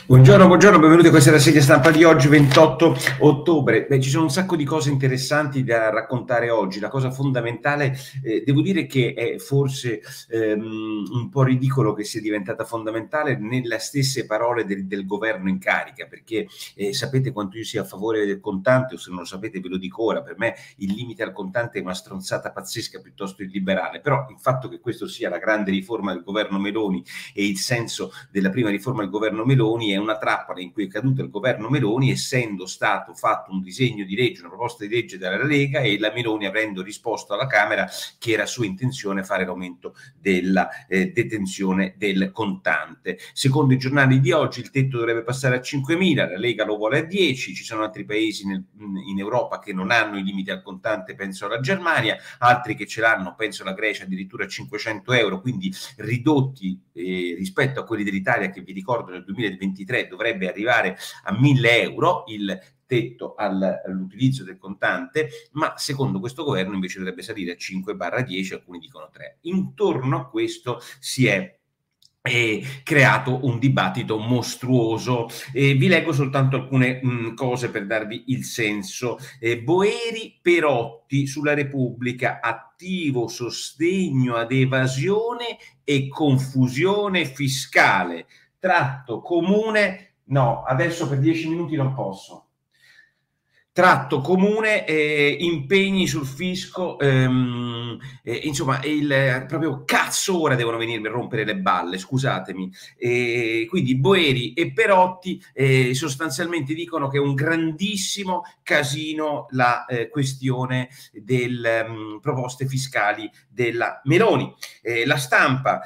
Buongiorno, buongiorno, benvenuti a questa rassegna stampa di oggi, 28 ottobre. Ci sono un sacco di cose interessanti da raccontare oggi. La cosa fondamentale, devo dire che è forse un po' ridicolo che sia diventata fondamentale nelle stesse parole del governo in carica, perché sapete quanto io sia a favore del contante, o se non lo sapete ve lo dico ora, per me il limite al contante è una stronzata pazzesca piuttosto illiberale, però il fatto che questo sia la grande riforma del governo Meloni e il senso della prima riforma del governo Meloni è una trappola in cui è caduto il governo Meloni, essendo stato fatto un disegno di legge, una proposta di legge dalla Lega, e la Meloni avendo risposto alla Camera che era sua intenzione fare l'aumento della detenzione del contante. Secondo i giornali di oggi il tetto dovrebbe passare a 5.000, la Lega lo vuole a 10, ci sono altri paesi in Europa che non hanno i limiti al contante, penso alla Germania, altri che ce l'hanno, penso alla Grecia addirittura a 500 euro, quindi ridotti rispetto a quelli dell'Italia che vi ricordo nel 2023 dovrebbe arrivare a 1.000 euro il tetto all'utilizzo del contante, ma secondo questo governo invece dovrebbe salire a 5/10, alcuni dicono 3. Intorno a questo si è creato un dibattito mostruoso. Vi leggo soltanto alcune cose per darvi il senso. Boeri Perotti sulla Repubblica, attivo sostegno ad evasione e confusione fiscale. Tratto comune, no, adesso per 10 minuti non posso. Tratto comune, impegni sul fisco, insomma, proprio cazzo ora devono venirmi a rompere le balle, scusatemi. Quindi Boeri e Perotti sostanzialmente dicono che è un grandissimo casino la questione delle proposte fiscali della Meloni. La Stampa...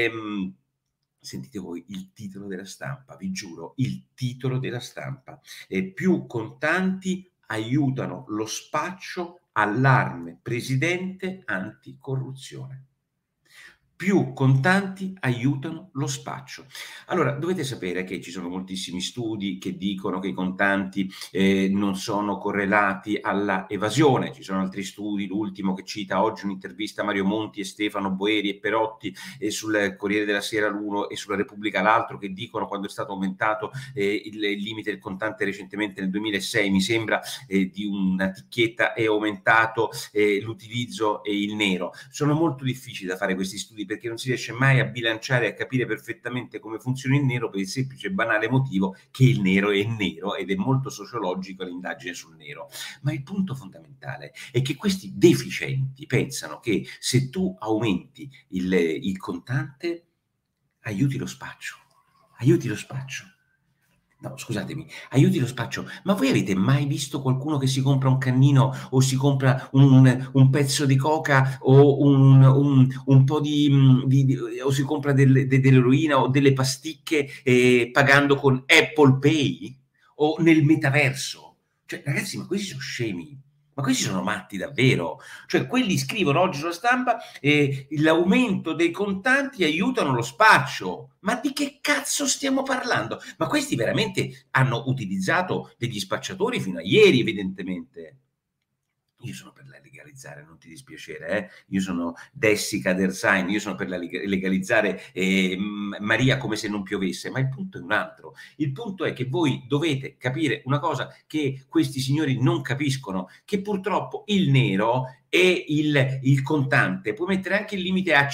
Sentite voi il titolo della Stampa, vi giuro, il titolo della Stampa. Più contanti aiutano lo spaccio, allarme presidente anticorruzione. Più contanti aiutano lo spaccio. Allora, dovete sapere che ci sono moltissimi studi che dicono che i contanti non sono correlati alla evasione. Ci sono altri studi, l'ultimo che cita oggi un'intervista a Mario Monti e Stefano Boeri e Perotti sul Corriere della Sera l'uno e sulla Repubblica l'altro, che dicono quando è stato aumentato il limite del contante recentemente nel 2006, mi sembra di una ticchietta, è aumentato l'utilizzo e il nero. Sono molto difficili da fare questi studi perché non si riesce mai a bilanciare e a capire perfettamente come funziona il nero, per il semplice e banale motivo che il nero è nero ed è molto sociologico l'indagine sul nero. Ma il punto fondamentale è che questi deficienti pensano che se tu aumenti il contante aiuti lo spaccio. Aiuti lo spaccio. No, scusatemi, aiuti lo spaccio. Ma voi avete mai visto qualcuno che si compra un cannino o si compra un pezzo di coca o un po' o si compra dell'eroina o delle pasticche pagando con Apple Pay o nel metaverso? Cioè, ragazzi, ma questi sono scemi. Ma questi sono matti davvero. Cioè, quelli scrivono oggi sulla Stampa l'aumento dei contanti aiutano lo spaccio. Ma di che cazzo stiamo parlando? Ma questi veramente hanno utilizzato degli spacciatori fino a ieri, evidentemente. Io sono per la legalizzare, non ti dispiacere, io sono Dessica Dersain, io sono per la legalizzare Maria come se non piovesse, ma il punto è un altro. Il punto è che voi dovete capire una cosa che questi signori non capiscono, che purtroppo il nero e il contante puoi mettere anche il limite a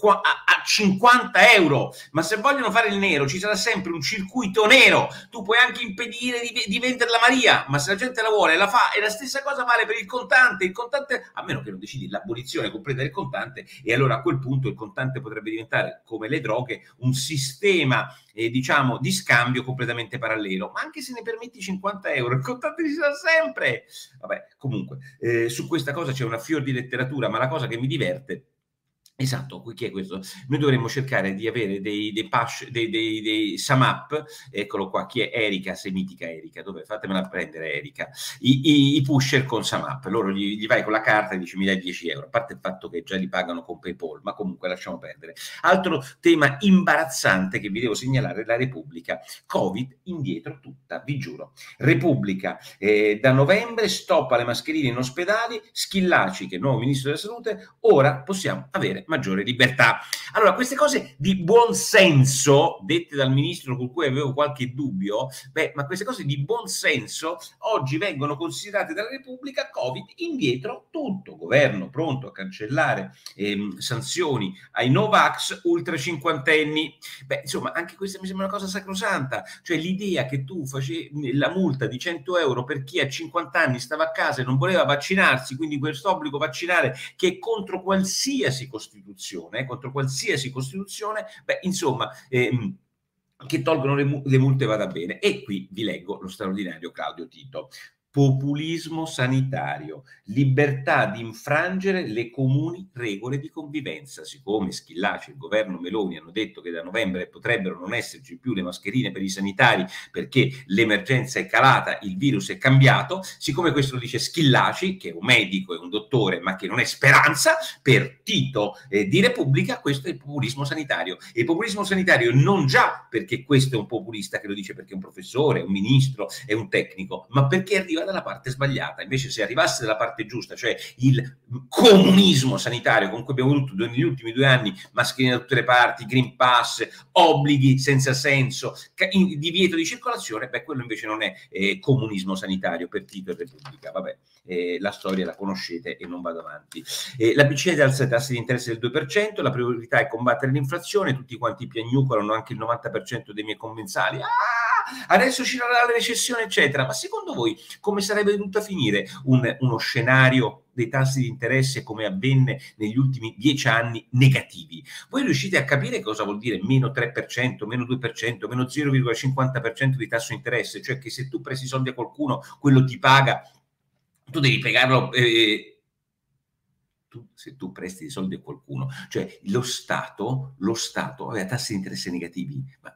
50 euro, ma se vogliono fare il nero ci sarà sempre un circuito nero, tu puoi anche impedire di vendere la Maria, ma se la gente la vuole la fa, e la stessa cosa vale per il contante, a meno che non decidi l'abolizione completa del contante, e allora a quel punto il contante potrebbe diventare, come le droghe, un sistema diciamo di scambio completamente parallelo, ma anche se ne permetti 50 euro il contante ci sarà sempre. Vabbè, comunque su questa cosa c'è una fior di letteratura, ma la cosa che mi diverte, esatto, chi è questo? Noi dovremmo cercare di avere dei sum up, eccolo qua, chi è Erika, semitica Erika, dove? Fatemela prendere Erika, i pusher con sum up, loro gli vai con la carta e dici mi dai 10 euro, a parte il fatto che già li pagano con PayPal, ma comunque lasciamo perdere. Altro tema imbarazzante che vi devo segnalare, la Repubblica, Covid indietro tutta, vi giuro. Repubblica, da novembre stop alle mascherine in ospedali, Schillaci che è il nuovo ministro della salute, ora possiamo avere maggiore libertà. Allora, queste cose di buon senso, dette dal ministro con cui avevo qualche dubbio, ma queste cose di buon senso oggi vengono considerate dalla Repubblica Covid, indietro tutto, governo pronto a cancellare sanzioni ai Novax ultra cinquantenni. Insomma, anche questa mi sembra una cosa sacrosanta, cioè l'idea che tu facevi la multa di 100 euro per chi a 50 anni stava a casa e non voleva vaccinarsi, quindi questo obbligo vaccinale che è contro qualsiasi Costituzione, insomma, che tolgono le multe vada bene. E qui vi leggo lo straordinario Claudio Tito. Populismo sanitario, libertà di infrangere le comuni regole di convivenza. Siccome Schillaci e il governo Meloni hanno detto che da novembre potrebbero non esserci più le mascherine per i sanitari perché l'emergenza è calata, il virus è cambiato, siccome questo lo dice Schillaci, che è un medico e un dottore ma che non è Speranza, per Tito di Repubblica, questo è il populismo sanitario. E il populismo sanitario non già perché questo è un populista che lo dice perché è un professore, un ministro, è un tecnico, ma perché arriva dalla parte sbagliata. Invece se arrivasse dalla parte giusta, cioè il comunismo sanitario con cui abbiamo avuto negli ultimi 2 anni, mascherine da tutte le parti, Green Pass, obblighi senza senso, divieto di circolazione, quello invece non è comunismo sanitario per Tito e Repubblica. Vabbè, la storia la conoscete e non vado avanti. La BCE alza i tassi di interesse del 2%, la priorità è combattere l'inflazione, tutti quanti piagnucolano, anche il 90% dei miei commensali. Adesso ci sarà la recessione, eccetera. Ma secondo voi come sarebbe dovuto finire uno scenario dei tassi di interesse come avvenne negli ultimi 10 anni negativi? Voi riuscite a capire cosa vuol dire meno 3%, meno 2%, meno 0,50% di tasso di interesse? Cioè che se tu presti soldi a qualcuno, quello ti paga, tu devi pagarlo... se tu presti i soldi a qualcuno, cioè lo Stato aveva tassi di interesse negativi, ma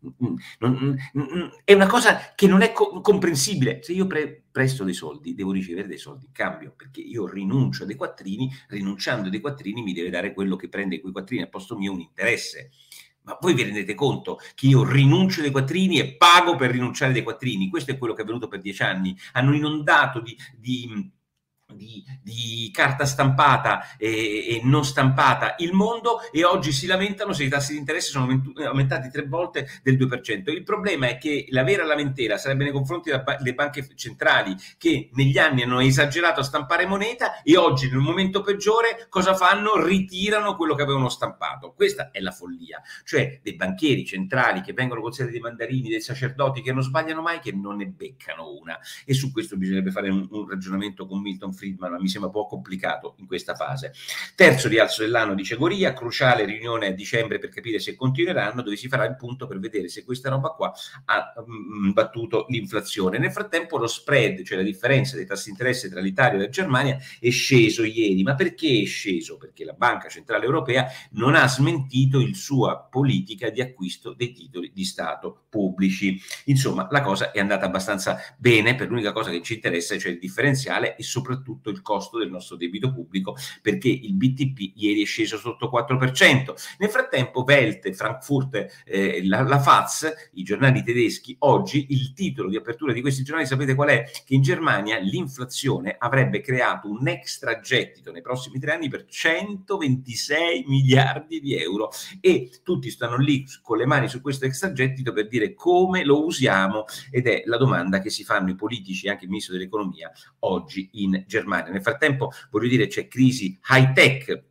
è una cosa che non è comprensibile. Se io presto dei soldi, devo ricevere dei soldi in cambio, perché io rinuncio a dei quattrini, rinunciando a dei quattrini mi deve dare quello che prende quei quattrini al posto mio, un interesse. Ma voi vi rendete conto che io rinuncio dei quattrini e pago per rinunciare dei quattrini? Questo è quello che è avvenuto per 10 anni. Hanno inondato di carta stampata e non stampata il mondo, e oggi si lamentano se i tassi di interesse sono aumentati 3 volte del 2%. Il problema è che la vera lamentela sarebbe nei confronti delle banche centrali, che negli anni hanno esagerato a stampare moneta e oggi nel momento peggiore cosa fanno? Ritirano quello che avevano stampato. Questa è la follia, cioè dei banchieri centrali che vengono considerati dei mandarini, dei sacerdoti che non sbagliano mai, che non ne beccano una. E su questo bisognerebbe fare un ragionamento con Milton Friedman, ma mi sembra un po' complicato in questa fase. Terzo rialzo dell'anno, dice Goria, cruciale riunione a dicembre per capire se continueranno, dove si farà il punto per vedere se questa roba qua ha battuto l'inflazione. Nel frattempo lo spread, cioè la differenza dei tassi di interesse tra l'Italia e la Germania, è sceso ieri. Ma perché è sceso? Perché la Banca Centrale Europea non ha smentito la sua politica di acquisto dei titoli di Stato pubblici. Insomma, la cosa è andata abbastanza bene per l'unica cosa che ci interessa, cioè il differenziale e soprattutto il costo del nostro debito pubblico, perché il BTP ieri è sceso sotto 4%. Nel frattempo Welt, Frankfurt, la FAZ, i giornali tedeschi, oggi il titolo di apertura di questi giornali sapete qual è? Che in Germania l'inflazione avrebbe creato un extra gettito nei prossimi 3 anni per 126 miliardi di euro, e tutti stanno lì con le mani su questo extra gettito per dire come lo usiamo, ed è la domanda che si fanno i politici e anche il ministro dell'economia oggi in Germania. Nel frattempo, voglio dire, c'è crisi high tech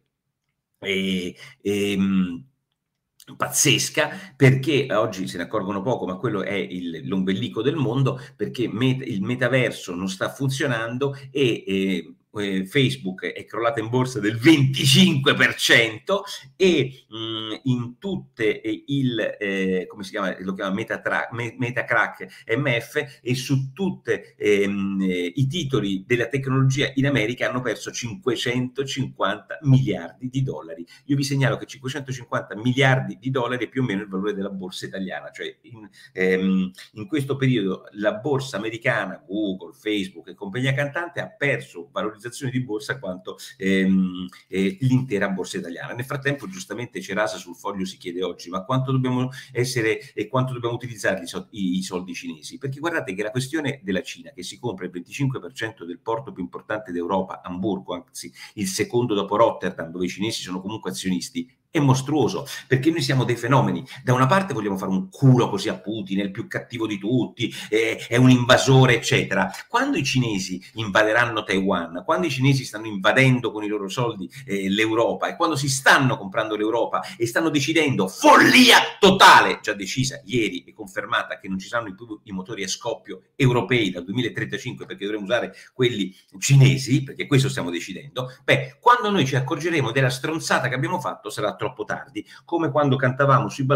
pazzesca, perché oggi se ne accorgono poco, ma quello è l'ombelico del mondo, perché il metaverso non sta funzionando e Facebook è crollata in borsa del 25% e in tutte come si chiama? Lo chiama Metacrack MF, e su tutte i titoli della tecnologia in America hanno perso 550 miliardi di dollari. Io vi segnalo che 550 miliardi di dollari è più o meno il valore della borsa italiana, cioè in questo periodo la borsa americana, Google, Facebook e compagnia cantante, ha perso valorizzazione capitalizzazione di borsa quanto l'intera borsa italiana. Nel frattempo, giustamente, Cerasa sul Foglio si chiede oggi: ma quanto dobbiamo essere e quanto dobbiamo utilizzare i soldi cinesi? Perché guardate che la questione della Cina, che si compra il 25% del porto più importante d'Europa, Amburgo, anzi il secondo dopo Rotterdam, dove i cinesi sono comunque azionisti, è mostruoso, perché noi siamo dei fenomeni. Da una parte vogliamo fare un culo così a Putin, è il più cattivo di tutti, è un invasore, eccetera. Quando i cinesi invaderanno Taiwan, quando i cinesi stanno invadendo con i loro soldi l'Europa, e quando si stanno comprando l'Europa e stanno decidendo, follia totale, già decisa ieri e confermata, che non ci saranno più i motori a scoppio europei dal 2035 perché dovremo usare quelli cinesi, perché questo stiamo decidendo, beh, quando noi ci accorgeremo della stronzata che abbiamo fatto sarà troppo tardi, come quando cantavate sui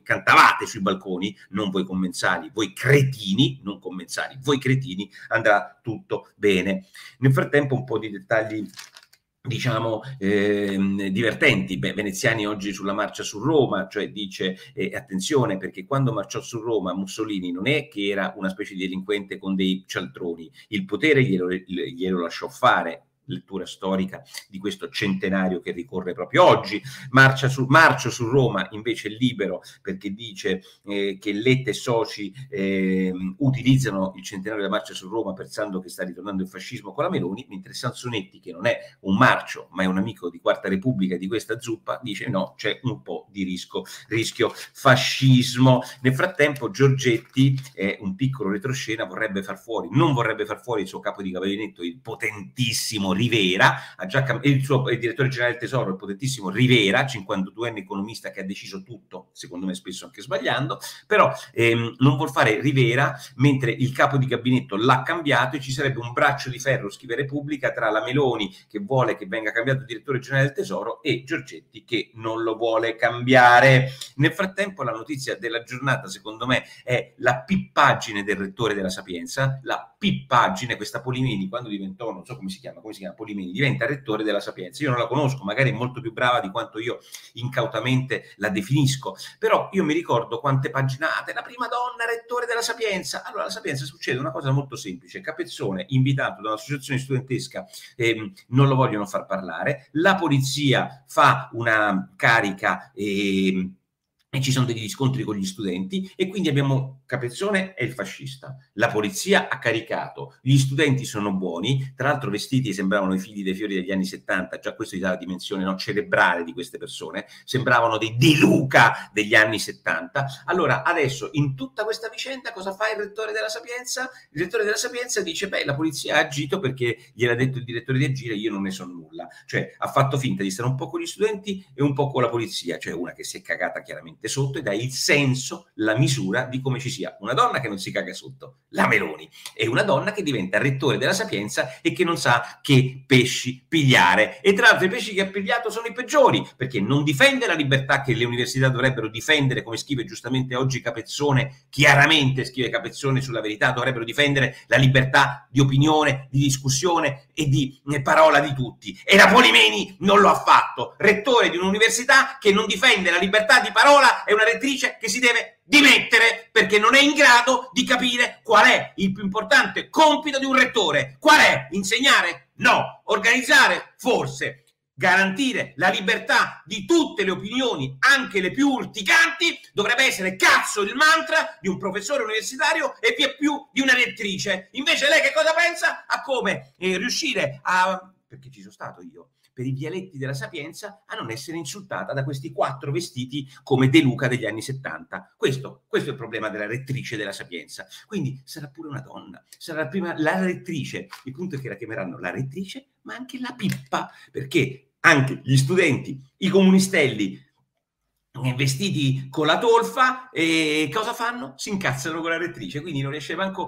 balconi, non voi commensali, voi cretini, non commensali, voi cretini, andrà tutto bene. Nel frattempo un po' di dettagli, diciamo, divertenti. Veneziani oggi sulla marcia su Roma, cioè dice attenzione, perché quando marciò su Roma Mussolini non è che era una specie di delinquente con dei cialtroni, il potere glielo lasciò fare. Lettura storica di questo centenario che ricorre proprio oggi. Marcio su Roma invece è libero, perché dice che Letta e soci utilizzano il centenario della marcia su Roma pensando che sta ritornando il fascismo con la Meloni, mentre Sansonetti, che non è un marcio ma è un amico di Quarta Repubblica di questa zuppa, dice no, c'è un po' di rischio fascismo. Nel frattempo Giorgetti, un piccolo retroscena, non vorrebbe far fuori il suo capo di gabinetto, il potentissimo Rivera, il direttore generale del Tesoro, il potentissimo Rivera, 52enne economista che ha deciso tutto, secondo me spesso anche sbagliando, però non vuol fare Rivera, mentre il capo di gabinetto l'ha cambiato, e ci sarebbe un braccio di ferro, scrive Repubblica, tra la Meloni, che vuole che venga cambiato direttore generale del Tesoro, e Giorgetti, che non lo vuole cambiare. Nel frattempo la notizia della giornata, secondo me, è la pippaggine del rettore della Sapienza, la pippaggine, questa Polimeni, quando diventò, non so come si chiama Polimeni, diventa rettore della Sapienza. Io non la conosco, magari è molto più brava di quanto io incautamente la definisco, però io mi ricordo quante paginate, la prima donna rettore della Sapienza. Allora, alla Sapienza succede una cosa molto semplice: Capezzone, invitato da un'associazione studentesca, non lo vogliono far parlare, la polizia fa una carica e ci sono degli scontri con gli studenti, e quindi abbiamo Capezzone è il fascista, la polizia ha caricato, gli studenti sono buoni, tra l'altro vestiti sembravano i figli dei fiori degli anni 70, già questo gli dà la dimensione cerebrale di queste persone, sembravano dei De Luca degli anni 70. Allora adesso in tutta questa vicenda cosa fa il rettore della Sapienza? Il rettore della Sapienza dice beh, la polizia ha agito perché gliel'ha detto il direttore di agire, io non ne so nulla, cioè ha fatto finta di stare un po' con gli studenti e un po' con la polizia, cioè una che si è cagata chiaramente sotto, e dà il senso, la misura di come ci sia una donna che non si caga sotto, la Meloni, e una donna che diventa rettore della Sapienza e che non sa che pesci pigliare. E tra l'altro i pesci che ha pigliato sono i peggiori, perché non difende la libertà che le università dovrebbero difendere, come scrive giustamente oggi Capezzone, chiaramente scrive Capezzone sulla Verità, dovrebbero difendere la libertà di opinione, di discussione e di parola di tutti. E la Polimeni non lo ha fatto. Rettore di un'università che non difende la libertà di parola è una rettrice che si deve dimettere, perché non è in grado di capire qual è il più importante compito di un rettore. Qual è? Insegnare? No. Organizzare? Forse. Garantire la libertà di tutte le opinioni, anche le più urticanti, dovrebbe essere cazzo il mantra di un professore universitario e via più di una rettrice. Invece lei che cosa pensa? A come riuscire a... perché ci sono stato io, per i vialetti della Sapienza, a non essere insultata da questi 4 vestiti come De Luca degli anni 70. Questo è il problema della rettrice della Sapienza. Quindi sarà pure una donna, sarà prima la rettrice. Il punto è che la chiameranno la rettrice, ma anche la pippa, perché anche gli studenti, i comunistelli, vestiti con la tolfa, e cosa fanno? Si incazzano con la rettrice, quindi non riesce manco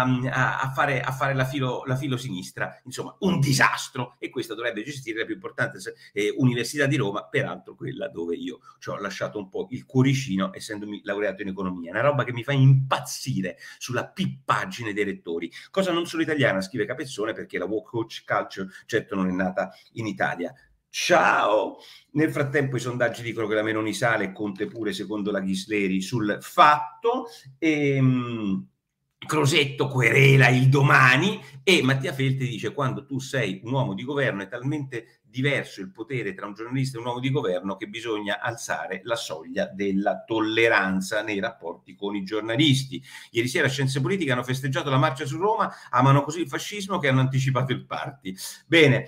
a fare la filo sinistra. Insomma, un disastro, e questo dovrebbe gestire la più importante università di Roma, peraltro quella dove io ci ho lasciato un po' il cuoricino, essendomi laureato in economia. Una roba che mi fa impazzire sulla pippaggine dei rettori, cosa non solo italiana, scrive Capezzone, perché la woke culture certo non è nata in Italia. Ciao! Nel frattempo i sondaggi dicono che la Meloni sale, Conte pure secondo la Ghisleri sul Fatto, e Crosetto querela il Domani e Mattia Feltri dice: quando tu sei un uomo di governo è talmente diverso il potere tra un giornalista e un uomo di governo che bisogna alzare la soglia della tolleranza nei rapporti con i giornalisti. Ieri sera Scienze Politiche hanno festeggiato la marcia su Roma, amano così il fascismo che hanno anticipato il party. Bene,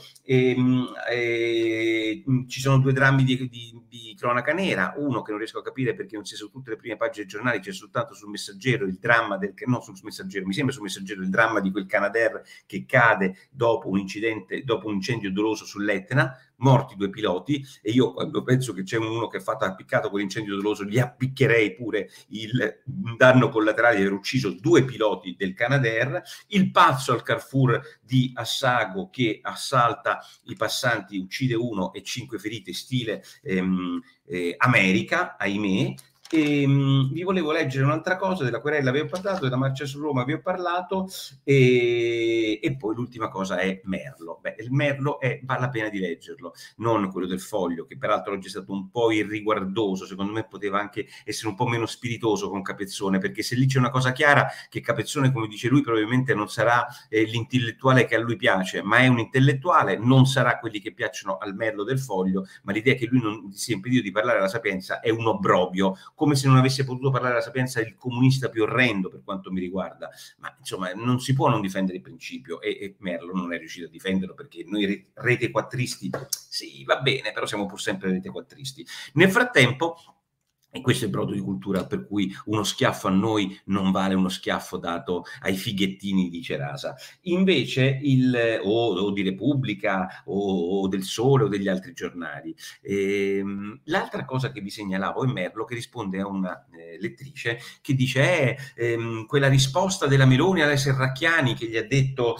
ci sono due drammi di cronaca nera, uno che non riesco a capire perché non sia su tutte le prime pagine dei giornali, c'è soltanto sul Messaggero il dramma del, no, sul Messaggero, mi sembra sul Messaggero il dramma di quel Canadair che cade dopo un incidente, dopo un incendio doloso sull'Etna, morti 2 piloti, e io quando penso che c'è uno che è fatto appiccato con l'incendio doloso gli appiccherei pure il danno collaterale di aver ucciso 2 piloti del Canadair, il pazzo al Carrefour di Assago che assalta i passanti, uccide uno e 5 feriti, stile America, ahimè. Vi volevo leggere un'altra cosa, della querela vi ho parlato, della marcia su Roma vi ho parlato, e poi l'ultima cosa è Merlo. Beh, il Merlo vale la pena di leggerlo, non quello del Foglio, che peraltro oggi è stato un po' irriguardoso, secondo me poteva anche essere un po' meno spiritoso con Capezzone, perché se lì c'è una cosa chiara, che Capezzone, come dice lui, probabilmente non sarà l'intellettuale che a lui piace, ma è un intellettuale, non sarà quelli che piacciono al Merlo del Foglio, ma l'idea che lui non sia impedito di parlare alla Sapienza è un obbrobio, come se non avesse potuto parlare alla Sapienza il comunista più orrendo per quanto mi riguarda, ma insomma non si può non difendere il principio, e Merlo non è riuscito a difenderlo, perché noi rete quattristi, sì va bene, però siamo pur sempre rete quattristi. Nel frattempo, e questo è il brodo di cultura, per cui uno schiaffo a noi non vale uno schiaffo dato ai fighettini di Cerasa. Invece, o di Repubblica, o del Sole, o degli altri giornali. L'altra cosa che vi segnalavo è Merlo, che risponde a una lettrice che dice quella risposta della Meloni alla Serracchiani, che gli ha detto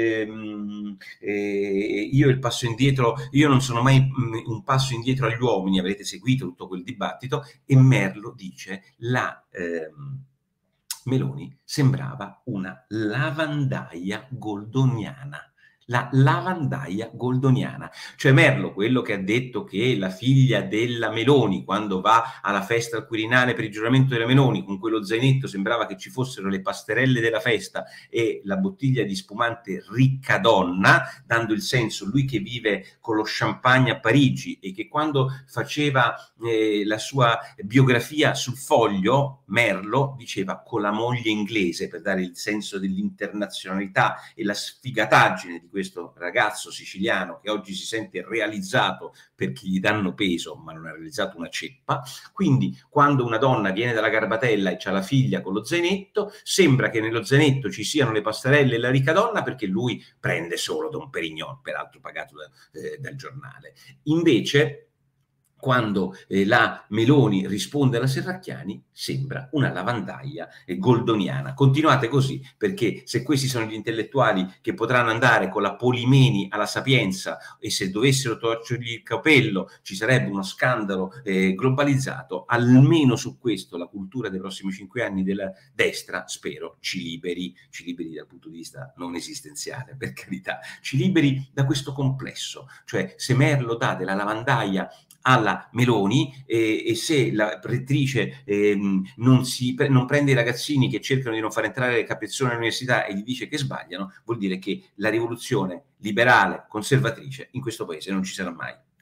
io il passo indietro, io non sono mai un passo indietro agli uomini, avrete seguito tutto quel dibattito, e Merlo dice la Meloni sembrava una lavandaia goldoniana. La lavandaia goldoniana, cioè Merlo, quello che ha detto che la figlia della Meloni, quando va alla festa al Quirinale per il giuramento della Meloni, con quello zainetto sembrava che ci fossero le pasterelle della festa e la bottiglia di spumante ricca donna, dando il senso, lui che vive con lo champagne a Parigi e che quando faceva la sua biografia sul Foglio, Merlo diceva con la moglie inglese, per dare il senso dell'internazionalità e la sfigataggine di questo ragazzo siciliano che oggi si sente realizzato perché gli danno peso, ma non ha realizzato una ceppa. Quindi quando una donna viene dalla Garbatella e c'ha la figlia con lo zainetto, sembra che nello zainetto ci siano le pastarelle e la ricca donna, perché lui prende solo Don Perignon, peraltro pagato dal giornale. Invece quando la Meloni risponde alla Serracchiani sembra una lavandaia goldoniana. Continuate così, perché se questi sono gli intellettuali che potranno andare con la Polimeni alla Sapienza, e se dovessero torcergli il capello ci sarebbe uno scandalo globalizzato, almeno su questo la cultura dei prossimi 5 anni della destra spero ci liberi dal punto di vista non esistenziale, per carità, ci liberi da questo complesso. Cioè, se Merlo dà della lavandaia alla Meloni e se la rettrice non prende i ragazzini che cercano di non far entrare Capezzone all'università e gli dice che sbagliano, vuol dire che la rivoluzione liberale, conservatrice in questo paese non ci sarà mai.